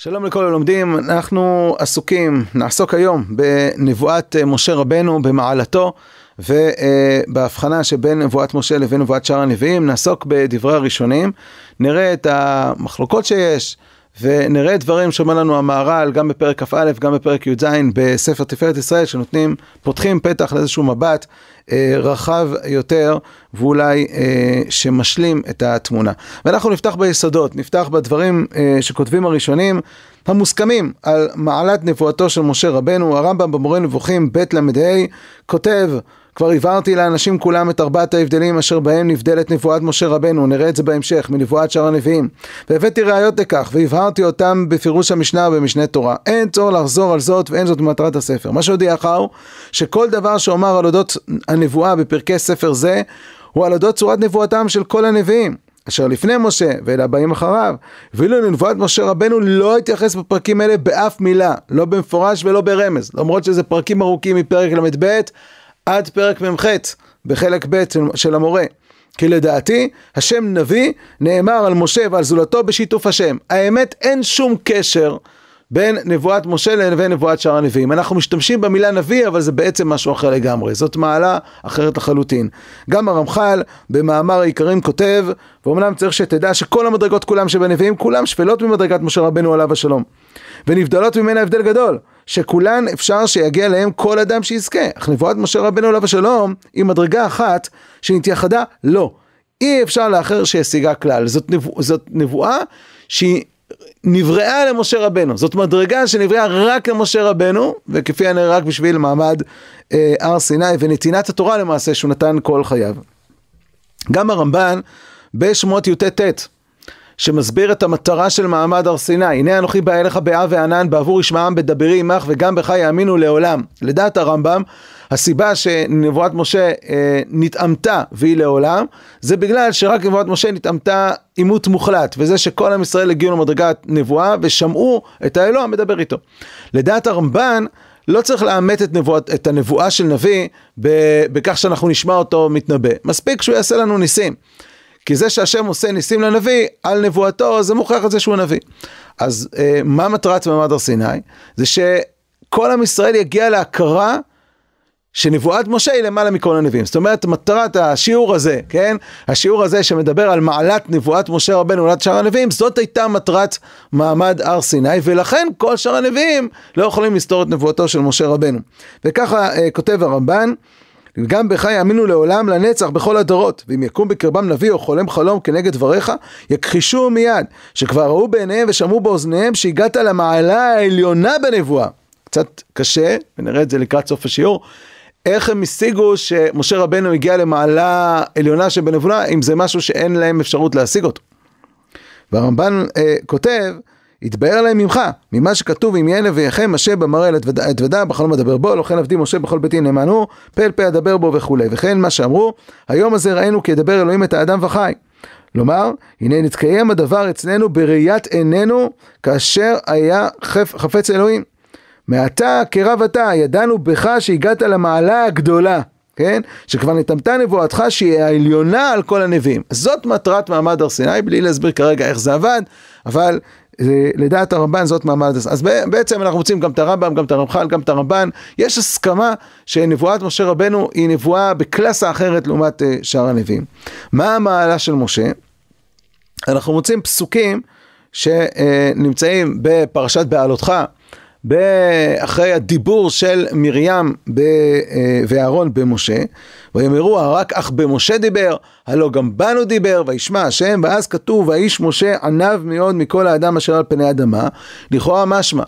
שלום לכל הלומדים, אנחנו נעסוק היום בנבואת משה רבנו, במעלתו ובהבחנה שבין נבואת משה לבין נבואת שאר הנביאים. נעסוק בדברי הראשונים, נראה את המחלוקות שיש ונראה דברים שאומר לנו המהר"ל גם בפרק כ"א גם בפרק י"ז בספר תפארת ישראל, פותחים פתח לאיזשהו מבט רחב יותר ואולי שמשלים את התמונה. ואנחנו נפתח ביסודות, נפתח בדברים שכותבים הראשונים המוסכמים על מעלת נבואתו של משה רבנו. הרמב"ם במורה נבוכים ב' ל"ה כותב: כבר הבהרתי לאנשים כולם את ארבעת ההבדלים אשר בהם נבדלת נבואת משה רבנו, נראה את זה בהמשך, מנבואת שאר הנביאים, והבאתי ראיות לכך והבהרתי אותם בפירוש המשנה ובמשנה תורה. אין צורך לחזור על זאת ואין זאת במטרת הספר. מה שהודיע אחר שכל דבר שאומר על אודות הנבואה בפרקי ספר זה הוא על אודות צורת נבואתם של כל הנביאים אשר לפני משה ואלה הבאים אחריו, ואילו לנבואת משה רבנו לא התייחס בפרקים האלה באף מילה, לא במפורש ולא ברמז, למרות שזה פרקים ארוכים מפרק ל"ב עד פרק מ"ח בחלק ב' של המורה. כי לדעתי השם נביא נאמר על משה ועל זולתו בשיתוף השם. האמת, אין שום קשר בין נבואת משה לבין נבואת שאר הנביאים. אנחנו משתמשים במילה נביא, אבל זה בעצם משהו אחר לגמרי, זאת מעלה אחרת לחלוטין. גם הרמח"ל במאמר העיקרים כותב, ואומנם צריך שתדע שכל המדרגות כולם שבנביאים כולם שפלות ממדרגת משה רבנו עליו השלום, ונבדלות ממנה הבדל גדול, שכולן אפשר שיגיע להם כל אדם שיזכה. אך נבואת משה רבנו עליו השלום היא מדרגה אחת שנתייחדה לא, אי אפשר לאחר שישיגה כלל. זאת נבואה שהיא נבראה למשה רבנו, זאת מדרגה שנבראה רק למשה רבנו, וכפי הנראה רק בשביל מעמד הר סיני ונתינת התורה למעשה שהוא נתן כל חייו. גם הרמב"ן בשמות י"ט שמסביר את המטרה של מעמד הר סיני: הנה אנוכי בא אליך באה וענן בעבור ישמעם בדברי עמך וגם בך יאמינו לעולם. לדעת הרמב"ם הסיבה שנבואת משה נתאמתה והיא לעולם זה בגלל שרק נבואת משה נתאמתה אימות מוחלט, וזה שכל עם ישראל הגיעו למדרגת נבואה ושמעו את האלוה מדבר איתו. לדעת הרמב"ן לא צריך לאמת את הנבואה של נביא בכך שאנחנו נשמע אותו מתנבא, מספיק שהוא יעשה לנו ניסים, כי זה שהשם עושה ניסים לנביא על נבואתו זה מוכיח את זה שהוא נביא. אז מה מטרת מעמד הר סיני? זה שכל עם ישראל יגיע להכרה שנבואת משה היא למעלה מכל הנביאים. זאת אומרת, מטרת השיעור הזה, כן? השיעור הזה שמדבר על מעלת נבואת משה רבנו ולעומת שאר הנביאים, זאת הייתה מטרת מעמד הר סיני, ולכן כל שאר הנביאים לא יכולים לסתור את נבואתו של משה רבנו. וככה כותב הרמב"ן: גם בך יאמינו לעולם לנצח בכל הדורות, ואם יקום בקרבם נביא או חולם חלום כנגד דבריך יכחישו מיד, שכבר ראו בעיניהם ושמעו באוזניהם שהגעת למעלה העליונה בנבואה. קצת קשה, ונראה את זה לקראת סוף השיעור, איך הם השיגו שמשה רבנו הגיע למעלה עליונה שבנבואה, אם זה משהו שאין להם אפשרות להשיג אותו. והרמב"ן כותב: יתבהר להם ממך, ממה שכתוב אם יהיה נביאכם משה במראה אתוודה בחלום אדבר בו, לכן עבדי משה בכל ביתי נאמנו, פה אל פה אדבר בו וכו'. וכן מה שאמרו, היום הזה ראינו כי ידבר אלוהים את האדם וחי. לומר, הנה נתקיים הדבר אצלנו בראיית עינינו כאשר היה חפץ אלוהים. מעתה כרב אתה ידענו בך שהגעת למעלה הגדולה, כן? שכבר נתאמתה נבואתך שהיא העליונה על כל הנביאים. זאת מטרת מעמד הר סיני, בלי להסביר כרגע איך זה עבד, אבל לדעת הרמב"ן זאת מעמד. אז בעצם אנחנו רוצים גם את הרמב"ם, גם את הרמח"ל, גם את הרמב"ן. יש הסכמה שנבואת משה רבנו היא נבואה בקלאסה אחרת לעומת שאר הנביאים. מה המעלה של משה? אנחנו מוצאים פסוקים שנמצאים בפרשת בעלותך, אחרי הדיבור של מרים ואהרון במשה, ויאמרו רק אך במשה דיבר, הלא גם בנו דיבר, וישמע השם. ואז כתוב והאיש משה ענב מאוד מכל האדם אשר על פני האדמה. לכאורה משמע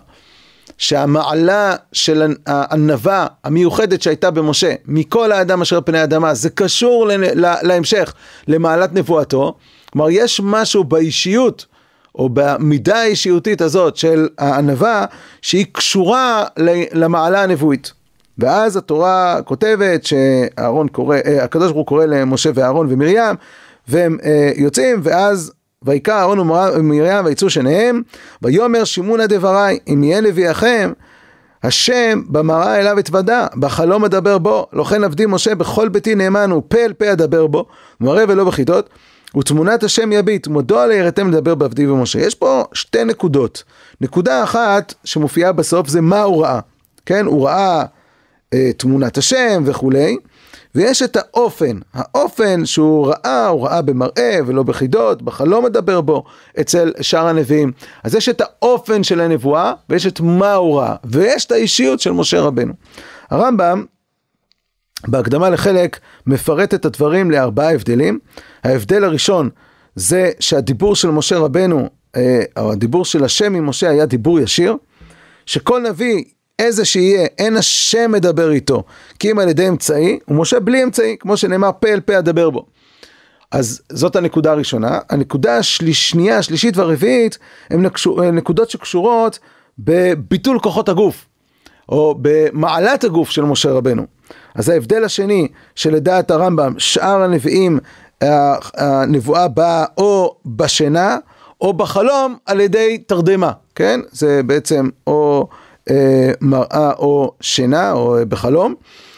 שהמעלה של הענבה המיוחדת שהייתה במשה מכל האדם אשר על פני האדמה זה קשור להמשך למעלת נבואתו. כלומר יש משהו באישיות או במידה האישיותית הזאת של הענבה שהיא קשורה למעלה הנבואית. ואז התורה כותבת שהקדוש ברוך הוא קורא למשה ואהרון ומרים, והם יוצאים, ואז ויקרא אהרון ומרים ויצאו שניהם, ויאמר שמעו נא דברי, אם יהיה נביאכם השם במראה אליו אתוודה, בחלום אדבר בו, לכן עבדי משה בכל ביתי נאמנו, פה אל פה אדבר בו, מראה ולא בחידות. ותמונת השם יביט, מודוע ליראתם לדבר בעבדי ומשה. יש פה שתי נקודות. נקודה אחת שמופיעה בסוף זה מה הוא ראה. כן, הוא ראה תמונת השם וכולי, ויש את האופן שהוא ראה במראה ולא בחידות, בחלום מדבר בו אצל שאר הנביאים. אז יש את האופן של הנבואה, ויש את מה הוא ראה, ויש את האישיות של משה רבנו. הרמב"ם, בהקדמה לחלק, מפרט את הדברים לארבעה הבדלים. ההבדל הראשון זה שהדיבור של משה רבנו, או הדיבור של השם עם משה היה דיבור ישיר, שכל נביא איזה שיהיה, אין השם מדבר איתו, כי אם על ידי אמצעי, ומשה בלי אמצעי, כמו שנאמר פה אל פה אדבר בו. אז זאת הנקודה הראשונה. הנקודה השנייה, השלישית והרביעית, הן נקודות שקשורות בביטול כוחות הגוף, או במעלת הגוף של משה רבנו. אז ההבדל השני, שלדעת הרמב"ם, שאר הנביאים, הנבואה באה או בשינה, או בחלום על ידי תרדמה, כן? זה בעצם או מראה או שינה או בחלום,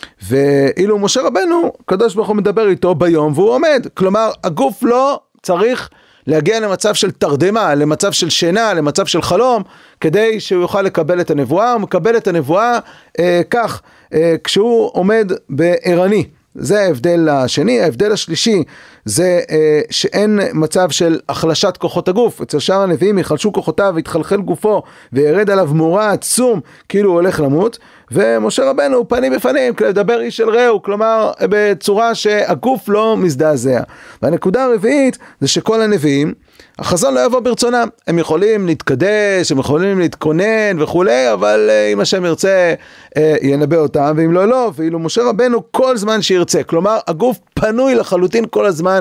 ואילו משה רבנו, קדוש ברוך הוא מדבר איתו ביום והוא עומד, כלומר הגוף לא צריך להגיע למצב של תרדמה, למצב של שינה, למצב של חלום, כדי שהוא יוכל לקבל את הנבואה. הוא מקבל את הנבואה כך, כשהוא עומד בערני. זה ההבדל השני. ההבדל השלישי זה שאין מצב של החלשת כוחות הגוף. אצל שאר הנביאים יחלשו כוחותיו והתחלחל גופו וירד עליו מורא עצום כאילו הוא הולך למות, ומשה רבנו פנים בפנים כדבר איש אל רעהו, כלומר בצורה שהגוף לא מזדעזע. והנקודה הרביעית זה שכל הנביאים החזון לא יבוא ברצונם, הם יכולים להתקדש, הם יכולים להתכונן וכולי, אבל אם השם ירצה ינבא אותם, ואם לא לא. ואילו משה רבנו כל זמן שירצה, כלומר הגוף פנוי לחלוטין כל הזמן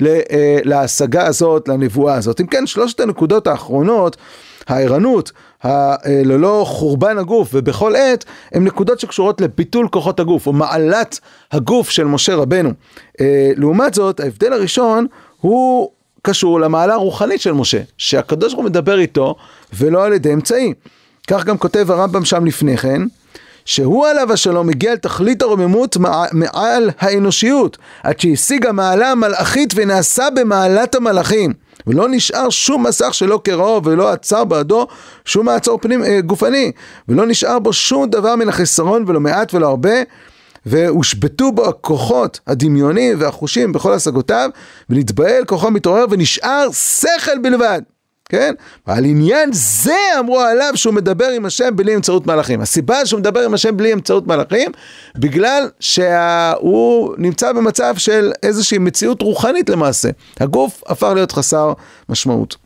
להשגה הזאת, לנבואה הזאת. אם כן, שלושת הנקודות האחרונות, הערנות, ללא חורבן הגוף ובכל עת, הן נקודות שקשורות לביטול כוחות הגוף או מעלת הגוף של משה רבנו. לעומת זאת, ההבדל הראשון הוא קשור למעלה הרוחנית של משה, שהקדוש ברוך הוא מדבר איתו ולא על ידי אמצעי. כך גם כותב הרמב"ם שם לפני כן, שהוא עליו השלום הגיע אל תכלית הרוממות מעל האנושיות, עד שהשיג המעלה המלאכית ונעשה במעלת המלאכים, ולא נשאר שום מסך שלא קראו, ולא עצר בעדו שום מעצור פנים גופני, ולא נשאר בו שום דבר מן החסרון, ולא מעט ולא הרבה, והושבטו בו הכוחות הדמיונים והחושים בכל השגותיו, ונתבהל כוחו מתעורר ונשאר שכל בלבד. כן? ועל עניין זה אמרו עליו שהוא מדבר עם השם בלי אמצעות מלאכים. הסיבה שהוא מדבר עם השם בלי אמצעות מלאכים, בגלל שהוא נמצא במצב של איזושהי מציאות רוחנית למעשה. הגוף הפך להיות חסר משמעות.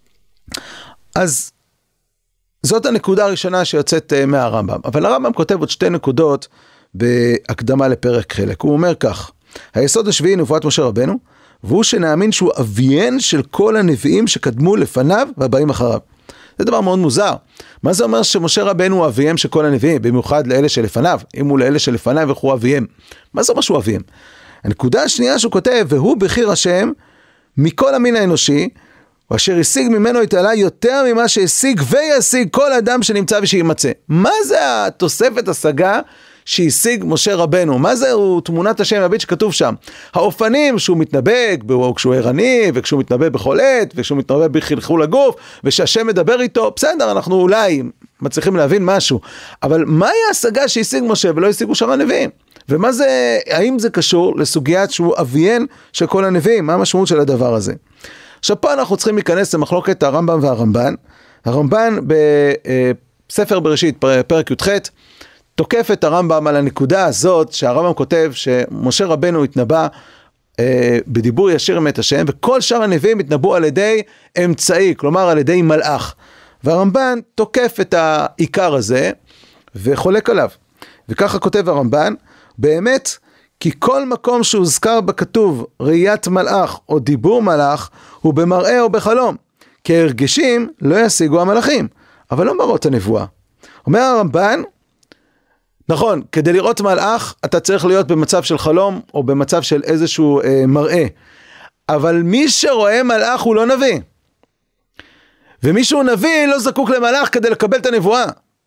אז זאת הנקודה הראשונה שיוצאת מהרמב"ם. אבל הרמב"ם כותב עוד שתי נקודות בהקדמה לפרק חלק. הוא אומר כך: היסוד השביעי נבואת משה רבנו, והוא שנאמין שהוא אביין של כל הנביאים שקדמו לפניו והבאים אחריו. זה דבר מאוד מוזר. מה זה אומר שמשה רבנו הוא אביהם של כל הנביאים, במיוחד לאלה שלפניו? אם הוא לאלה שלפניו, איך הוא אביהם? מה זה אומר שהוא אביהם? הנקודה השנייה שהוא כותב, והוא בחיר השם מכל המין האנושי, ואשר השיג ממנו התעלה יותר ממה שהשיג וישיג כל אדם שנמצא ושימצא. מה זה התוספת השגה שהשיג משה רבנו? מה זה תמונת השם יביט שכתוב שם? האופנים שהוא מתנבא, כשהוא ערני, וכשהוא מתנבא בכל עת, וכשהוא מתנבא בחלחול הגוף, ושהשם מדבר איתו, בסדר, אנחנו אולי מצליחים להבין משהו, אבל מהי ההשגה שהשיג משה ולא השיגו שאר הנביאים? ומה זה, האם זה קשור לסוגיית שהוא אביין של כל הנביאים? מה המשמעות של הדבר הזה? עכשיו פה אנחנו צריכים להיכנס למחלוקת הרמב"ם והרמב"ן. הרמב"ן בספר בראשית, פרק י"ח, תוקף את הרמב"ם על הנקודה הזאת שהרמב"ם כותב שמשה רבנו התנבא בדיבור ישיר עם את השם, וכל שאר הנביאים התנבאו על ידי אמצעי, כלומר על ידי מלאך. והרמב"ן תוקף את העיקר הזה וחולק עליו. וככה כותב הרמב"ן, באמת, כי כל מקום שהוזכר בכתוב ראיית מלאך או דיבור מלאך, הוא במראה או בחלום. כי הרגשים לא ישיגו המלאכים, אבל לא מראות הנבואה. אומר הרמב"ן, נכון, כדי לראות מלאך, אתה צריך להיות במצב של חלום, או במצב של איזשהו מראה. אבל מי שרואה מלאך הוא לא נביא. ומי שהוא נביא לא זקוק למלאך כדי לקבל את הנבואה.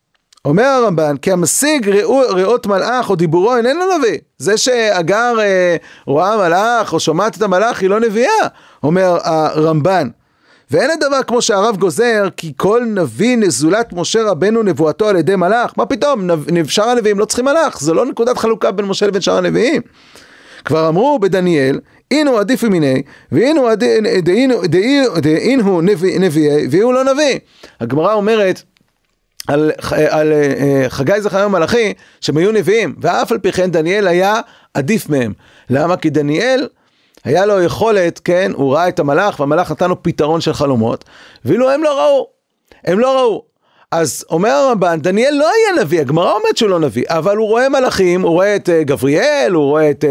אומר הרמב"ן, כי המשיג ראות מלאך או דיבורו איננו נביא. זה שאגר רואה מלאך או שומעת את המלאך היא לא נביאה, אומר הרמב"ן. ואין הדבר כמו שהרב גוזר, כי כל נביא נזולת משה רבנו נבואתו על ידי מלאך. מה פתאום? שאר הנביאים לא צריכים מלאך, זה לא נקודת חלוקה בין משה לבין שאר הנביאים. כבר אמרו בדניאל, אינו עדיף מיני, ואינו נביאי, ואינו לא נביא. הגמרא אומרת, על חגי זכריה ומלאכי שהם היו נביאים, ואף על פי כן דניאל היה עדיף מהם. למה? כי דניאל היה לו יכולת, כן, הוא ראה את המלאך, והמלאך נתן לו פתרון של חלומות, ואילו הם לא ראו. אז אומר הרמב"ן, דניאל לא היה נביא, הגמרא אומרת שהוא לא נביא, אבל הוא רואה מלאכים, הוא רואה את גבריאל, הוא רואה את,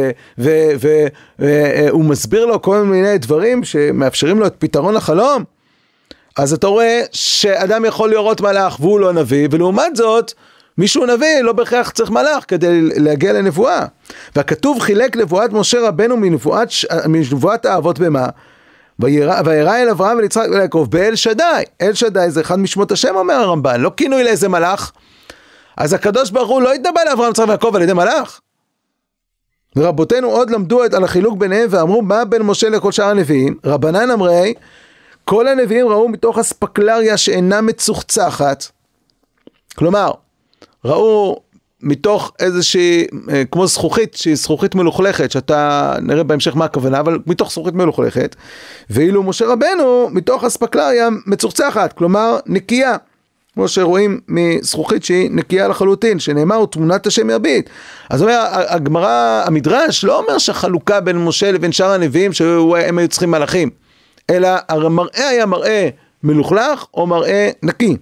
והוא מסביר לו כל מיני דברים שמאפשרים לו את פתרון החלום. אז אתה רואה שאדם יכול לראות מלאך והוא לא נביא, ולעומת זאת, מישהו נביא לא בהכרח צריך מלאך כדי להגיע לנבואה. והכתוב חילק נבואת משה רבנו מנבואת האבות במה? וירא אל אברהם וליצחק וליעקב באל שדי. אל שדי זה אחד משמות השם, אומר הרמב"ן, לא כינוי לאיזה מלאך. אז הקדוש ברוך הוא לא התנבא לאברהם יצחק ויעקב על ידי מלאך. ורבותינו עוד למדו על החילוק ביניהם ואמרו מה בין משה לכל שאר הנביאים. רבנן אמרי כל הנביאים ראו מתוך אספקלריה שאינה מצוחצחת, כלומר ראו מתוך איזושהי, כמו זכוכית, שהיא זכוכית מלוכלכת, שאתה נראה בהמשך מה הכוונה, אבל מתוך זכוכית מלוכלכת, ואילו משה רבנו מתוך אספקלריה מצוחצחת, כלומר נקייה, כמו שרואים מזכוכית שהיא נקייה לחלוטין, שנאמר הוא תמונת השם יביט. אז אומר, הגמרא, המדרש לא אומר שהחלוקה בין משה לבין שאר הנביאים שהם היו צריכים מלאכים, אלא המראה היה מראה מלוכלך או מראה נקי.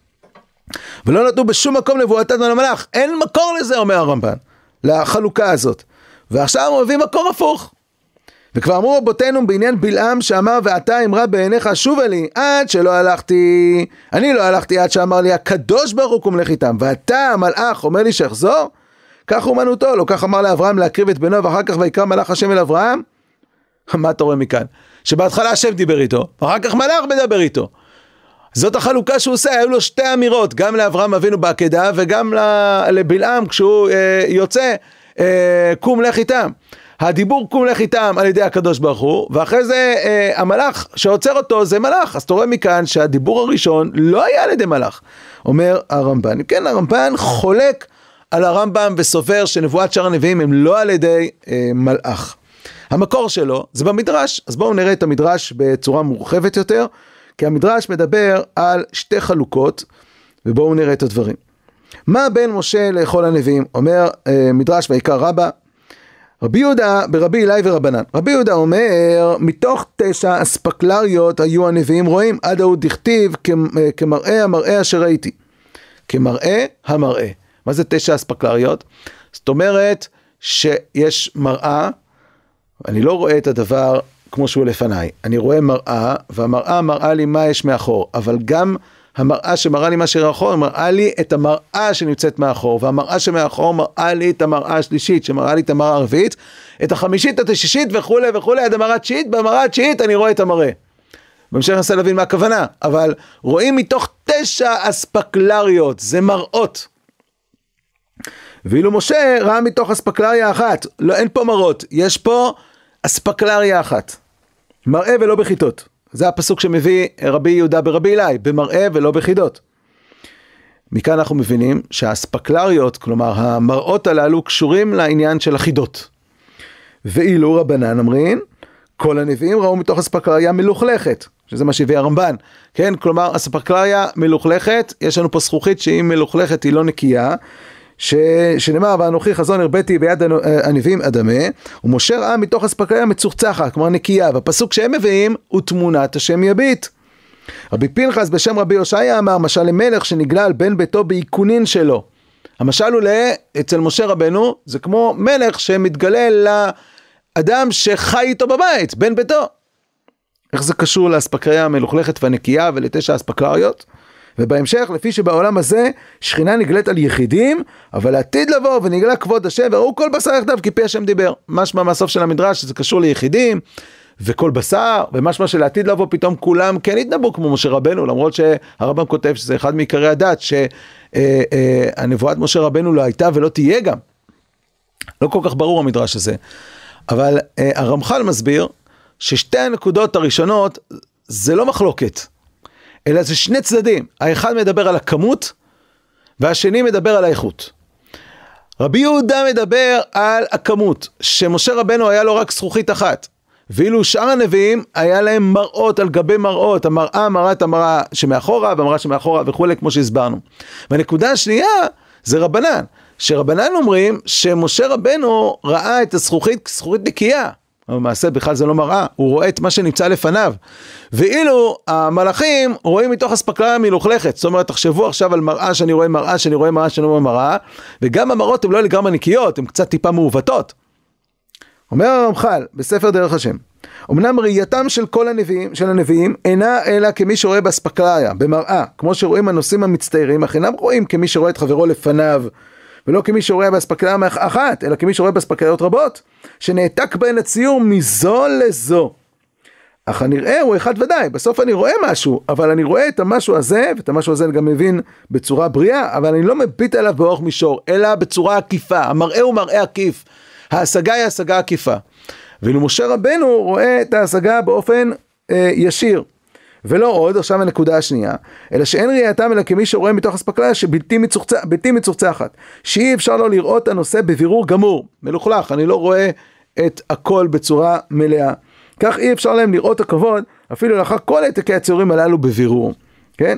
ולא נתנו בשום מקום נבואתם על המלאך. אין מקור לזה, אומר הרמב"ן, לחלוקה הזאת. ועכשיו הוא מביא מקור הפוך. וכבר אמרו רבותינו בעניין בלעם שאמר ואתה אמרה בעיניך שובה לי עד שלא הלכתי, אני לא הלכתי עד שאמר לי הקדוש ברוך הוא קום לך איתם, ואתה המלאך אומר לי שאחזור, כך הוא מנותו, לא כך אמר לאברהם להקריב את בנו ואחר כך ויקרא מלאך השם אל אברהם. מה אתה רואה מכאן? שבהתחלה השם דיבר איתו, ואחר כך מלאך מדבר איתו. זאת החלוקה שהוא עושה, היו לו שתי אמירות, גם לאברהם אבינו בעקדה, וגם לבלעם כשהוא יוצא, קום לך איתם. הדיבור קום לך איתם על ידי הקדוש ברוך הוא, ואחרי זה המלאך שעוצר אותו זה מלאך. אז אתה רואה מכאן שהדיבור הראשון לא היה על ידי מלאך, אומר הרמב"ן. כן, הרמב"ן חולק על הרמב"ם וסובר שנבואת שאר הנביאים הם לא על ידי מלאך. המקור שלו זה במדרש, אז בואו נראה את המדרש בצורה מורחבת יותר, כי המדרש מדבר על שתי חלוקות, ובואו נראה את הדברים. מה בין משה לכל הנביאים? אומר מדרש ויקרא רבה, רבי יהודה ברבי אלי ורבנן. רבי יהודה אומר, מתוך 9 אספקלריות היו הנביאים רואים, עד ההוא דכתיב כמראה המראה אשר ראיתי. כמראה המראה. מה זה 9 אספקלריות? זאת אומרת שיש מראה, אני לא רואה את הדבר כמו שהוא לפניי, אני רואה מראה, והמראה מראה לי מה יש מאחור, אבל גם המראה שמראה לי מה שרחור, מראה לי את המראה שנמצאת מאחור, והמראה שמאחור מראה לי את המראה השלישית, שמראה לי את המראה הרביעית, את החמישית, את השישית וכו' וכו', עד המראה התשיעית, במראה התשיעית אני רואה את המראה. בהמשך ננסה להבין מה הכוונה, אבל רואים מתוך 9 אספקלריות, זה מראות. ואילו משה ראה מתוך אספקלריה אחת, לא, אין פה מראות, יש פה אספקלריה אחת, מראה ולא בחיתות. זה הפסוק שמביא רבי יהודה ברבי אלי, במראה ולא בחידות. מכאן אנחנו מבינים שהאספקלריות, כלומר המראות הללו, קשורים לעניין של החידות. ואילו רבנן אומרים, כל הנביאים ראו מתוך אספקלריה מלוכלכת, שזה מה שהביא הרמב"ן, כן? כלומר אספקלריה מלוכלכת, יש לנו פה זכוכית שהיא מלוכלכת, היא לא נקייה, שנאמר ואנוכי חזון הרביתי ביד הנביאים אדמה, ומשה ראה מתוך אספקלריה מצוחצחת, כלומר נקייה, והפסוק שהם מביאים הוא תמונת השם יביט. רבי פנחס בשם רבי יושעיה אמר, משל למלך שנגלה על בן ביתו בעיקונין שלו. המשל הוא אצל משה רבנו, זה כמו מלך שמתגלה לאדם שחי איתו בבית, בן ביתו. איך זה קשור לאספקלריה המלוכלכת והנקייה ול9 אספקלריות? ובהמשך, לפי שבעולם הזה שכינה נגלית על יחידים, אבל לעתיד לבוא ונגלה כבוד השם, וראו כל בשר יחדיו כי פי השם דיבר. משמע מהסוף של המדרש שזה קשור ליחידים, וכל בשר, ומשמע שלעתיד לבוא פתאום כולם כן יתנבאו כמו משה רבנו, למרות שהרמב"ם כותב שזה אחד מעיקרי הדת, שהנבואת משה רבנו לא הייתה ולא תהיה גם. לא כל כך ברור המדרש הזה. אבל הרמח"ל מסביר ששתי הנקודות הראשונות זה לא מחלוקת, אלא זה שני צדדים. האחד מדבר על הכמות, והשני מדבר על האיכות. רבי יהודה מדבר על הכמות, שמשה רבנו היה לו רק זכוכית אחת, ואילו שאר הנביאים היה להם מראות על גבי מראות, מראת המראה שמאחורה, והמראה שמאחורה וכו', כמו שהסברנו. והנקודה השנייה זה רבנן, שרבנן אומרים שמשה רבנו ראה את הזכוכית כזכוכית נקייה, במעשה בכלל זה לא מראה, הוא רואה את מה שנמצא לפניו, ואילו המלאכים רואים מתוך אספקלריה מלוכלכת. זאת אומרת, תחשבו עכשיו על מראה שאני רואה מראה, שאני רואה מראה, שאני רואה מראה, וגם המראות הן לא לגמרי נקיות, הן קצת טיפה מעוותות. אומר הרמח"ל בספר דרך השם, אמנם ראייתם של כל הנביאים אינה אלא כמי שרואה באספקלריה, במראה, כמו שרואים הנושאים המצטיירים, אך אינם רואים כמי שרואה את חברו לפניו, ולא כמי שרואה באספקלריה אחת, אלא כמי שרואה באספקלריות רבות, שנעתק בהן הציור מזו לזו. אך הנראה הוא אחד ודאי, בסוף אני רואה משהו, אבל אני רואה את המשהו הזה, ואת המשהו הזה אני גם מבין בצורה בריאה, אבל אני לא מביט עליו באורך מישור, אלא בצורה עקיפה. המראה הוא מראה עקיף, ההשגה היא השגה עקיפה. ואילו משה רבנו רואה את ההשגה באופן ישיר. ולא עוד, עכשיו הנקודה השנייה, אלא שאין ראייתם אלא כמי שרואה מתוך אספקלריה שבלתי מצוחצחת, שאי אפשר לו לראות הנושא בבירור גמור, מלוכלך, אני לא רואה את הכל בצורה מלאה. כך אי אפשר להם לראות הכבוד, אפילו לאחר כל העתקי הציורים הללו בבירור. כן?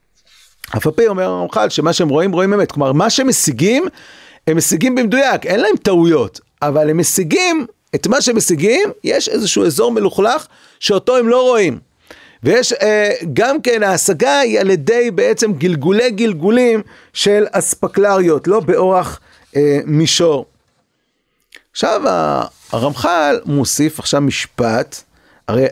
אף הפי אומר הרמח"ל שמה שהם רואים, רואים אמת. כלומר, מה שהם משיגים, הם משיגים במדויק, אין להם טעויות, אבל הם משיגים, את מה שהם משיגים, יש איזשהו אזור מלוכלך שאותו הם לא רואים. ויש גם כן ההשגה היא על ידי בעצם גלגולים של אספקלריות, לא באורח מישור. עכשיו הרמח"ל מוסיף עכשיו משפט, הרי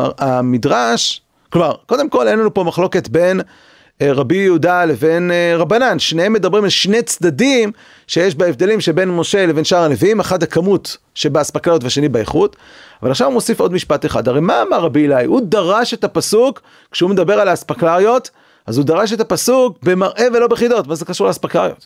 המדרש, כלומר, קודם כל אין לנו פה מחלוקת בין רבי יהודה לבין רבנן, שניהם מדברים על שני צדדים שיש בהבדלים שבין משה לבין שאר הנביאים, אחד הכמות שבאספקלריות והשני באיכות, אבל עכשיו הוא מוסיף עוד משפט אחד. הרי מה אמר רבי אלי? הוא דרש את הפסוק, כשהוא מדבר על האספקלריות, אז הוא דרש את הפסוק במראה ולא בחידות. מה זה קשור לאספקלריות?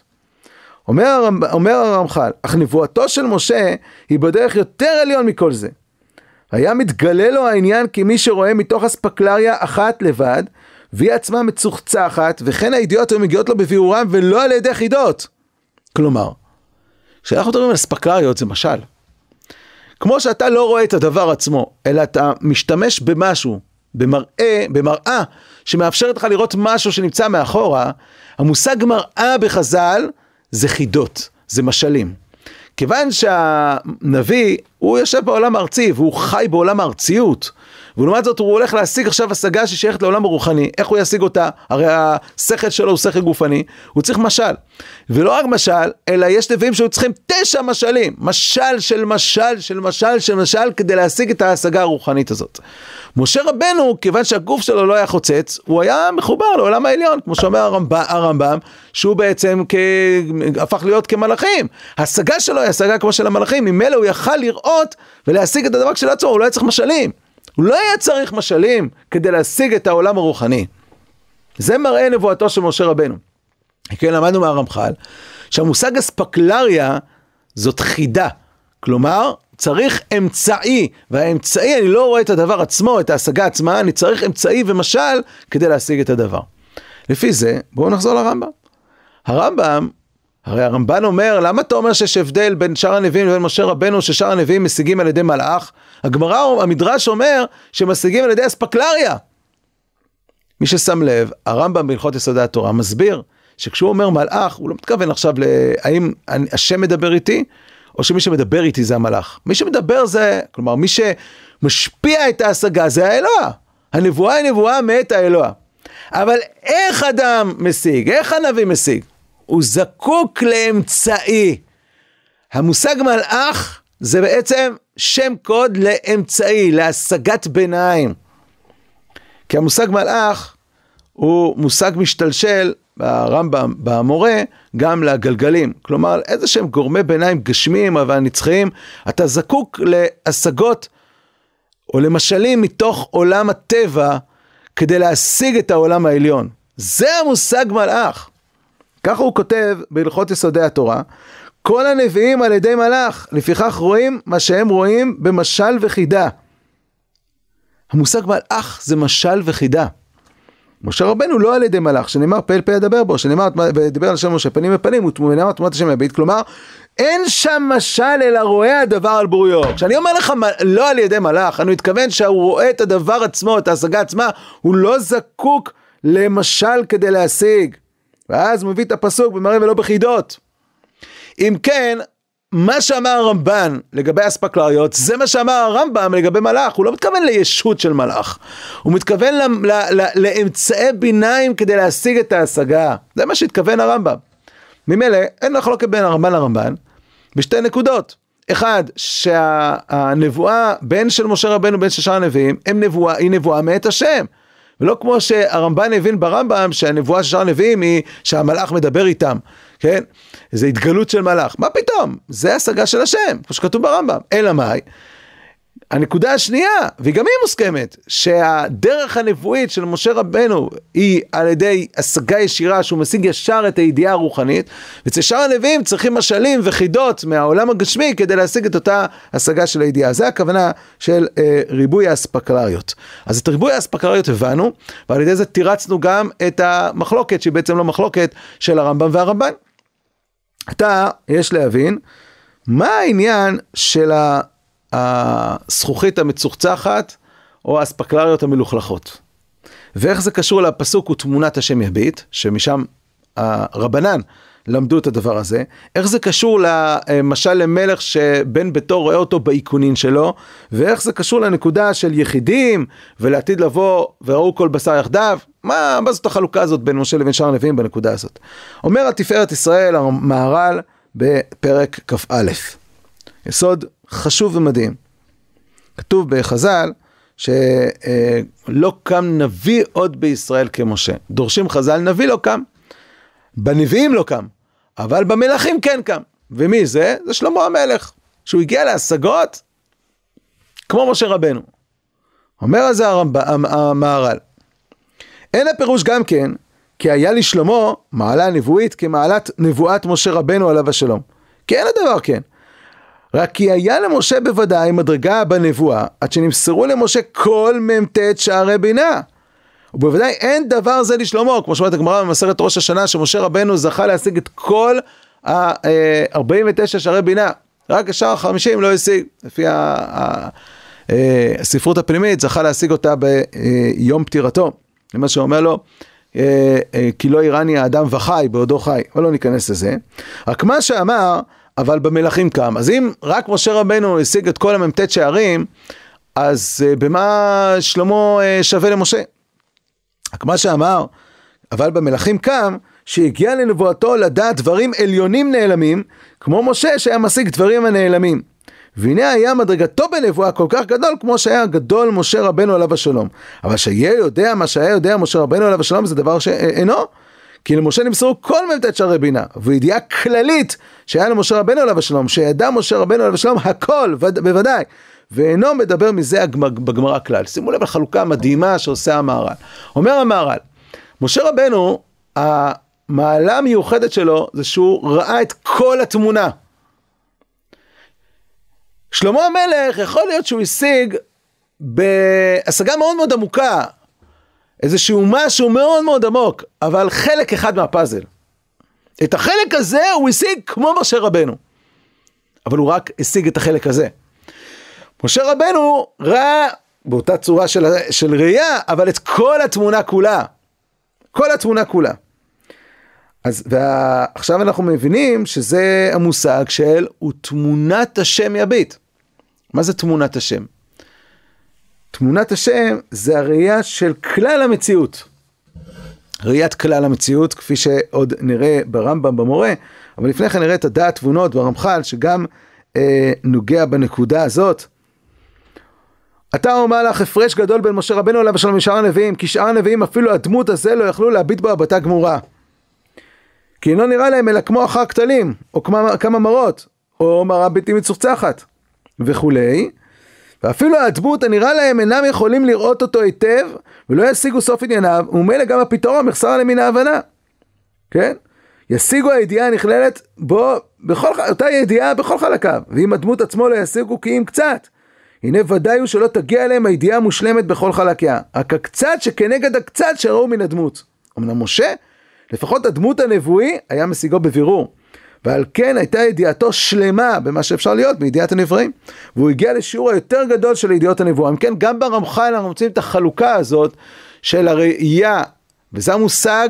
אומר הרמח"ל, אך נבואתו של משה היא בדרך יותר עליון מכל זה. היה מתגלה לו העניין כמי שרואה מתוך אספקלריה אחת לבד, והיא עצמה מצוחצחת, וכן הידיעות היו מגיעות לו בביאורם ולא על ידי חידות. כלומר, כשאנחנו מדברים על אספקלריות זה משל. כמו שאתה לא רואה את הדבר עצמו, אלא אתה משתמש במשהו, במראה, שמאפשרת לך לראות משהו שנמצא מאחורה, המושג מראה בחז"ל זה חידות, זה משלים. כיוון שהנביא, הוא יושב בעולם הארצי, והוא חי בעולם הארציות, ולעומת זאת הוא הולך להשיג עכשיו השגה ששייכת לעולם הרוחני. איך הוא ישיג אותה? הרי השכל שלו הוא שכל גופני, הוא צריך משל. ולא רק משל, אלא יש נביאים שהוא צריכים 9 משלים, משל של משל של משל של משל, כדי להשיג את ההשגה הרוחנית הזאת. משה רבנו, כיוון שהגוף שלו לא היה חוצץ, הוא היה מחובר לעולם העליון, כמו שאומר הרמב"ם, שהוא בעצם הפך להיות כמלאכים. ההשגה שלו היא השגה כמו של המלאכים, ממילא הוא יכל לראות ולהשיג את הדבר של עצמו, הוא לא היה צריך משלים. הוא לא היה צריך משלים כדי להשיג את העולם הרוחני. זה מראה נבואתו של משה רבנו. כן, למדנו מהרמח"ל, שהמושג אספקלריה זאת חידה. כלומר, צריך אמצעי, והאמצעי, אני לא רואה את הדבר עצמו, את ההשגה עצמה, אני צריך אמצעי ומשל כדי להשיג את הדבר. לפי זה, בואו נחזור לרמב"ם. הרי הרמב"ן אומר, למה אתה אומר שיש הבדל בין שאר הנביאים לבין משה רבנו, ששאר הנביאים משיגים על ידי מלאך? הגמרא, המדרש אומר, שמשיגים על ידי אספקלריה. מי ששם לב, הרמב"ם בהלכות יסודי התורה מסביר, שכשהוא אומר מלאך, הוא לא מתכוון עכשיו האם השם מדבר איתי, או שמי שמדבר איתי זה המלאך. מי שמדבר זה, כלומר, מי שמשפיע את ההשגה זה האלוה. הנבואה היא נבואה מאת האלוה. אבל איך אדם משיג? איך הנביא משיג? הוא זקוק לאמצעי. המושג מלאך זה בעצם שם קוד לאמצעי, להשגת ביניים. כי המושג מלאך הוא מושג משתלשל ברמב"ם, במורה, גם לגלגלים. כלומר, איזה שהם גורמי ביניים גשמיים אבל נצחיים, אתה זקוק להשגות או למשלים מתוך עולם הטבע, כדי להשיג את העולם העליון. זה המושג מלאך. ככה הוא כותב בהלכות יסודי התורה, כל הנביאים על ידי מלאך, לפיכך רואים מה שהם רואים במשל וחידה. המושג מלאך זה משל וחידה. משה רבנו לא על ידי מלאך, שנאמר פה אל פה ידבר בו, שנאמר ודיבר על שם משה פנים בפנים, ונאמר תמונת השם יביט, כלומר, אין שם משל אלא רואה הדבר על בוריו. כשאני אומר לך לא על ידי מלאך, אני מתכוון שהוא רואה את הדבר עצמו, את ההשגה עצמה, הוא לא זקוק למשל כדי להשיג. ואז הוא מביא את הפסוק במראה ולא בחידות. אם כן, מה שאמר הרמב"ן לגבי אספקלריות, זה מה שאמר הרמב"ם לגבי מלאך. הוא לא מתכוון לישות של מלאך, הוא מתכוון לאמצעי ביניים כדי להשיג את ההשגה. זה מה שהתכוון הרמב"ם. ממילא אין לחלוק בין הרמב"ן לרמב"ן בשתי נקודות. אחד, שהנבואה בין של משה רבנו בין של שאר הנביאים היא נבואה מאת השם, ולא כמו שהרמב"ן הבין ברמב"ם שהנבואה של שאר הנביאים היא שהמלאך מדבר איתם, כן? זה התגלות של מלאך. מה פתאום? זה השגה של השם, כמו שכתוב ברמב"ם. אלא מאי? הנקודה השנייה, והיא גם היא מוסכמת, שהדרך הנבואית של משה רבנו היא על ידי השגה ישירה, שהוא משיג ישר את הידיעה הרוחנית, ואצל שאר הנביאים צריכים משלים וחידות מהעולם הגשמי כדי להשיג את אותה השגה של הידיעה. זה הכוונה של ריבוי האספקלריות. אז את ריבוי האספקלריות הבנו, ועל ידי זה תירצנו גם את המחלוקת, שהיא בעצם לא מחלוקת של הרמב"ם והרמב"ן. עתה יש להבין מה העניין של הזכוכית המצוחצחת או האספקלריות המלוכלכות, ואיך זה קשור לפסוק ותמונת השם יביט, שמשם הרבנן למדו את הדבר הזה. איך זה קשור למשל למלך שבן ביתו רואה אותו באיכונין שלו, ואיך זה קשור לנקודה של יחידים ולעתיד לבוא וראו כל בשר יחדיו. מה זאת החלוקה הזאת בין משה לבין שאר הנביאים בנקודה הזאת? אומר על תפארת ישראל המהר"ל בפרק כ"א, יסוד חשוב ומדהים. כתוב בחז"ל שלא קם נביא עוד בישראל כמשה. דורשים חז"ל, נביא לא קם, בנביאים לא קם, אבל במלכים כן קם. ומי זה? זה שלמה המלך, שהוא הגיע להשגות כמו משה רבנו. אומר על זה המהר"ל, אין הפירוש גם כן כי היה לשלמה מעלה נבואית כמעלת נבואת משה רבנו עליו השלום. כי אין הדבר כן, רק כי היה למשה בוודאי מדרגה בנבואה, עד שנמסרו למשה כל מ"ט שערי בינה. ובוודאי אין דבר זה לשלמה, כמו שאומרת הגמרא במסכת ראש השנה, שמשה רבנו זכה להשיג את כל ה-49 שערי בינה. רק השאר 50 לא השיג, לפי הספרות הפנימית, זכה להשיג אותה ביום פטירתו. למה שאומר לו, כי לא יראני האדם וחי בעודו חי, אבל לא ניכנס לזה. רק מה שאמר, אבל במלכים קם. אז אם רק משה רבנו השיג את כל המ"ט שערים, אז במה שלמה שווה למשה? רק מה שאמר, אבל במלכים קם, שהגיע לנבואתו לדעת דברים עליונים נעלמים, כמו משה שהיה משיג דברים הנעלמים. והנה היה מדרגתו בנבואה כל כך גדול, כמו שהיה גדול משה רבנו עליו השלום. אבל שהיה יודע מה שהיה יודע משה רבנו עליו השלום, זה דבר שאינו. כי למשה נמסרו כל מ"ט שערי בינה, וידיעה כללית שהיה למשה רבנו עליו השלום, שידע משה רבנו עליו השלום הכל, בוודאי, ואינו מדבר מזה בגמרא כלל. שימו לב לחלוקה המדהימה שעושה המהר"ל. אומר המהר"ל, משה רבנו, המעלה המיוחדת שלו, זה שהוא ראה את כל התמונה. שלמה המלך, יכול להיות שהוא השיג בהשגה מאוד מאוד עמוקה, איזשהו משהו מאוד מאוד עמוק, אבל חלק אחד מהפאזל. את החלק הזה הוא השיג כמו משה רבנו, אבל הוא רק השיג את החלק הזה. משה רבנו ראה באותה צורה של ראייה, אבל את כל התמונה כולה. כל התמונה כולה. אז עכשיו אנחנו מבינים שזה המושג של ותמונת השם יביט. מה זה תמונת השם? תמונת השם זה הראייה של כלל המציאות. ראיית כלל המציאות, כפי שעוד נראה ברמב"ם במורה, אבל לפני כן נראה את הדעת תבונות ברמח"ל, שגם נוגע בנקודה הזאת. אתה אומר לך, הפרש גדול בין משה רבנו עליו השלום משאר הנביאים, כי שאר הנביאים אפילו הדמות הזה לא יכלו להביט בו הבטה גמורה. כי אינו נראה להם אלא כמו אחר כתלים, או כמה מראות, או מראה בלתי מצוחצחת, וכולי. ואפילו הדמות הנראה להם אינם יכולים לראות אותו היטב, ולא ישיגו סוף ענייניו, וממילא גם הפתרון מחסר עליהם מן ההבנה. כן? ישיגו הידיעה הנכללת בו, אותה ידיעה בכל חלקיו, ואם הדמות עצמו לא ישיגו כי אם קצת. הנה ודאי הוא שלא תגיע אליהם הידיעה מושלמת בכל חלקיה, רק הקצת שכנגד הקצת שראו מן הדמות. אמנם משה, לפחות הדמות הנבואי היה משיגו בבירור, ועל כן הייתה ידיעתו שלמה במה שאפשר להיות בידיעת הנבראים, והוא הגיע לשיעור היותר גדול של ידיעות הנבואה. אם כן, גם ברמח"ל אנחנו מוצאים את החלוקה הזאת של הראייה, וזה המושג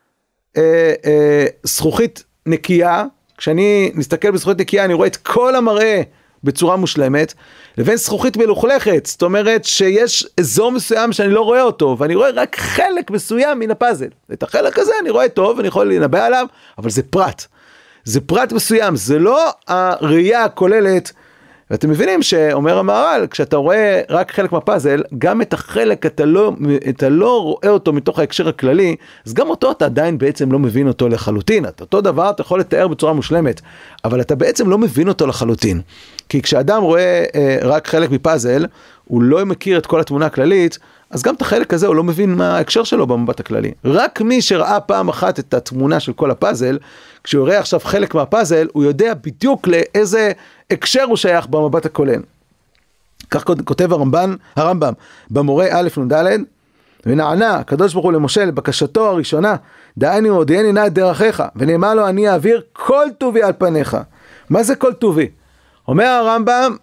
זכוכית נקייה. כשאני מסתכל בזכוכית נקייה אני רואה את כל המראה בצורה מושלמת, לבין זכוכית מלוכלכת, זאת אומרת שיש אזור מסוים שאני לא רואה אותו, ואני רואה רק חלק מסוים מן הפאזל. את החלק הזה אני רואה טוב, ואני יכול לנבא עליו, אבל זה פרט. זה פרט מסוים, זה לא הראייה הכוללת, ואתם מבינים שאומר המהר"ל, כשאתה רואה רק חלק מהפאזל, גם את החלק אתה לא רואה אותו מתוך ההקשר הכללי, אז גם אותו אתה עדיין בעצם לא מבין אותו לחלוטין. את אותו דבר אתה יכול לתאר בצורה מושלמת, אבל אתה בעצם לא מבין אותו לחלוטין. כי כשאדם רואה רק חלק מפאזל, הוא לא מכיר את כל התמונה הכללית, אז גם את החלק הזה הוא לא מבין מה ההקשר שלו במבט הכללי. רק מי שראה פעם אחת את התמונה של כל הפאזל, כשהוא רואה עכשיו חלק מהפאזל, הוא יודע בדיוק לאיזה הקשר הוא שייך במבט הכולל. כך כותב הרמב"ם במורה א' נ"ד, ונענה הקדוש ברוך הוא למשה לבקשתו הראשונה, דהיינו הודיעני נא את דרכיך, ונאמר לו אני אעביר כל טובי על פניך. מה זה כל טובי? אומר הרמב"ם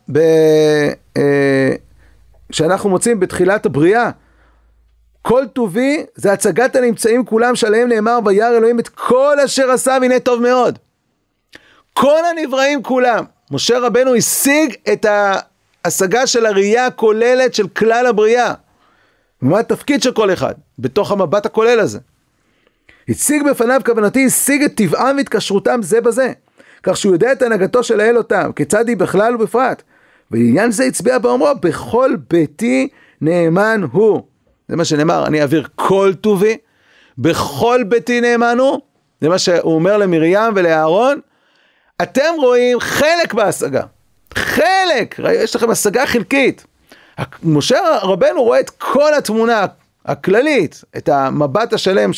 שאנחנו מוצאים בתחילת הבריאה, כל טובי זה הצגת הנמצאים כולם שעליהם נאמר וירא אלוהים את כל אשר עשה והנה טוב מאוד. כל הנבראים כולם, משה רבנו השיג את ההשגה של הראייה הכוללת של כלל הבריאה. ומה התפקיד של כל אחד בתוך המבט הכולל הזה? הציג בפניו כוונתי, השיג את טבעם והתקשרותם זה בזה, כך שהוא יודע את הנהגתו של האל אותם, כיצד היא בכלל ובפרט. ולעניין זה הצביע באומרו, בכל ביתי נאמן הוא. זה מה שנאמר, אני אעביר כל טובי, בכל ביתי נאמן הוא. זה מה שהוא אומר למרים ולאהרון. אתם רואים חלק בהשגה. חלק, יש לכם השגה חלקית. משה רבנו רואה את כל התמונה הכללית, את המבט השלם